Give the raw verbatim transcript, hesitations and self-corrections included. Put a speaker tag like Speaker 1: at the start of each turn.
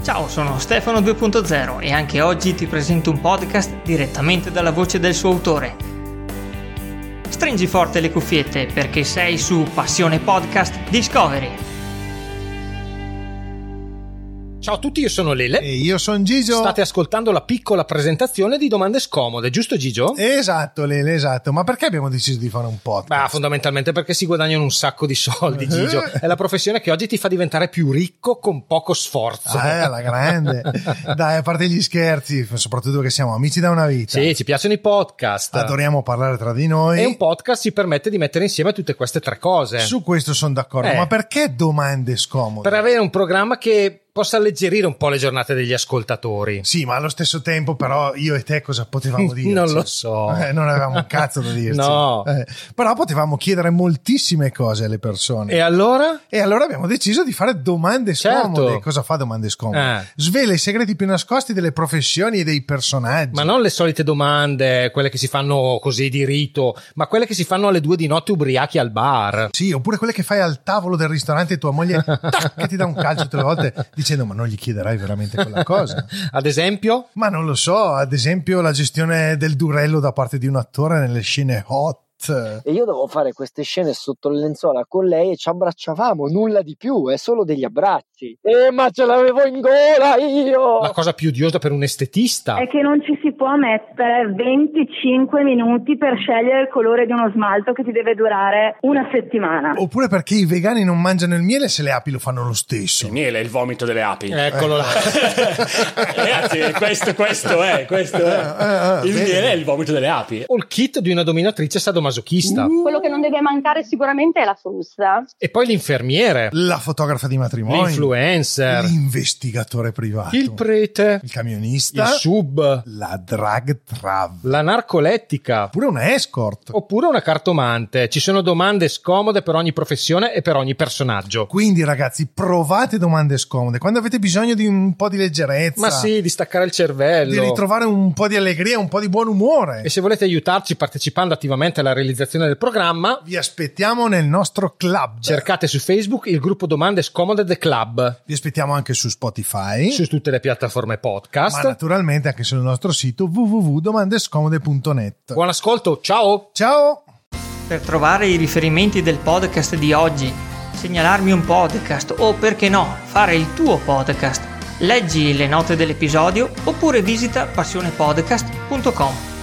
Speaker 1: Ciao, sono Stefano due punto zero e anche oggi ti presento un podcast direttamente dalla voce del suo autore. Stringi forte le cuffiette perché sei su Passione Podcast Discovery.
Speaker 2: Ciao a tutti, io sono Lele.
Speaker 3: E io sono Gigio.
Speaker 2: State ascoltando la piccola presentazione di Domande Scomode, giusto Gigio?
Speaker 3: Esatto Lele, esatto. Ma perché abbiamo deciso di fare un podcast?
Speaker 2: Beh, fondamentalmente perché si guadagnano un sacco di soldi, Gigio. È la professione che oggi ti fa diventare più ricco con poco sforzo.
Speaker 3: Ah, eh, la grande. Dai, a parte gli scherzi, soprattutto che siamo amici da una vita.
Speaker 2: Sì, ci piacciono i podcast.
Speaker 3: Adoriamo parlare tra di noi.
Speaker 2: E un podcast ci permette di mettere insieme tutte queste tre cose.
Speaker 3: Su questo sono d'accordo.
Speaker 2: Eh.
Speaker 3: Ma perché Domande Scomode?
Speaker 2: Per avere un programma che possa alleggerire un po' le giornate degli ascoltatori.
Speaker 3: Sì, ma allo stesso tempo però io e te cosa potevamo dirci?
Speaker 2: Non lo so.
Speaker 3: Eh, non avevamo un cazzo da dirci.
Speaker 2: No.
Speaker 3: Eh, però potevamo chiedere moltissime cose alle persone.
Speaker 2: E allora?
Speaker 3: E allora abbiamo deciso di fare domande scomode.
Speaker 2: Certo.
Speaker 3: Cosa fa domande scomode?
Speaker 2: Eh.
Speaker 3: Svela i segreti più nascosti delle professioni e dei personaggi.
Speaker 2: Ma non le solite domande, quelle che si fanno così di rito, ma quelle che si fanno alle due di notte ubriachi al bar.
Speaker 3: Sì, oppure quelle che fai al tavolo del ristorante e tua moglie tac, che ti dà un calcio tutte le volte dicendo ma non gli chiederai veramente quella cosa?
Speaker 2: Ad esempio?
Speaker 3: Ma non lo so, ad esempio la gestione del durello da parte di un attore nelle scene hot.
Speaker 4: E io dovevo fare queste scene sotto le lenzuola con lei e ci abbracciavamo, nulla di più, è solo degli abbracci. Eh, ma ce l'avevo in gola io!
Speaker 2: La cosa più odiosa per un estetista
Speaker 5: è che non ci si può mettere venticinque minuti per scegliere il colore di uno smalto che ti deve durare una settimana.
Speaker 3: Oppure perché i vegani non mangiano il miele se le api lo fanno lo stesso.
Speaker 6: Il miele è il vomito delle api.
Speaker 2: Eccolo là.
Speaker 6: Ragazzi, questo, questo è, questo è.
Speaker 3: Eh, eh,
Speaker 6: Il
Speaker 3: bene.
Speaker 6: miele è il vomito delle api.
Speaker 2: O il kit di una dominatrice sadomasochista.
Speaker 3: Uh.
Speaker 7: Quello che non deve mancare sicuramente è la frusta.
Speaker 2: E poi l'infermiere,
Speaker 3: La fotografa di matrimonio.
Speaker 2: l'influencer,
Speaker 3: L'investigatore privato.
Speaker 2: il prete,
Speaker 3: Il camionista.
Speaker 2: il sub,
Speaker 3: La drag travel.
Speaker 2: la narcolettica,
Speaker 3: Oppure una escort.
Speaker 2: oppure una cartomante. Ci sono domande scomode per ogni professione e per ogni personaggio.
Speaker 3: Quindi ragazzi, provate domande scomode. Quando avete bisogno di un po' di leggerezza.
Speaker 2: Ma sì, di staccare il cervello.
Speaker 3: Di ritrovare un po' di allegria, un po' di buon umore.
Speaker 2: E se volete aiutarci partecipando attivamente alla realizzazione del programma,
Speaker 3: Vi aspettiamo nel nostro club.
Speaker 2: cercate su Facebook il gruppo Domande Scomode The Club,
Speaker 3: Vi aspettiamo anche su Spotify.
Speaker 2: su tutte le piattaforme podcast.
Speaker 3: Ma naturalmente anche sul nostro sito w w w punto domandescomode punto net.
Speaker 2: Buon ascolto, ciao!
Speaker 3: Ciao!
Speaker 1: Per trovare i riferimenti del podcast di oggi, segnalarmi un podcast o, perché no, fare il tuo podcast, leggi le note dell'episodio oppure visita passionepodcast punto com.